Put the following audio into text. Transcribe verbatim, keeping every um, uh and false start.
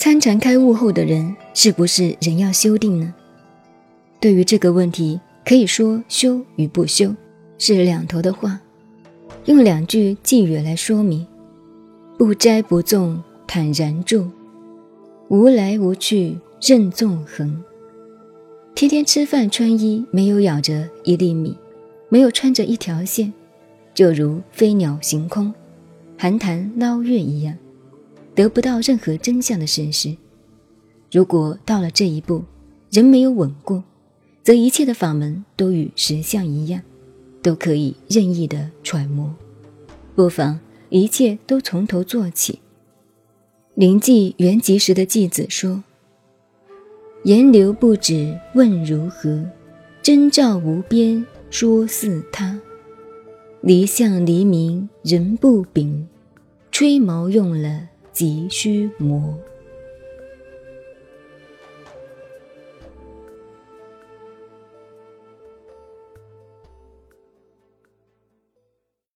参禅开悟后的人是不是仍要修定呢？对于这个问题，可以说修与不修是两头的话。用两句寄语来说明：不摘不纵，坦然住；无来无去，任纵横。天天吃饭穿衣，没有咬着一粒米，没有穿着一条线，就如飞鸟行空，寒潭捞月一样，得不到任何真相的事实。如果到了这一步，人没有稳过，则一切的法门都与实相一样，都可以任意的揣摩。不妨一切都从头做起。临济元吉时的继子说：言流不止问如何，真照无边说似他。离相离明人不秉，吹毛用了急须磨。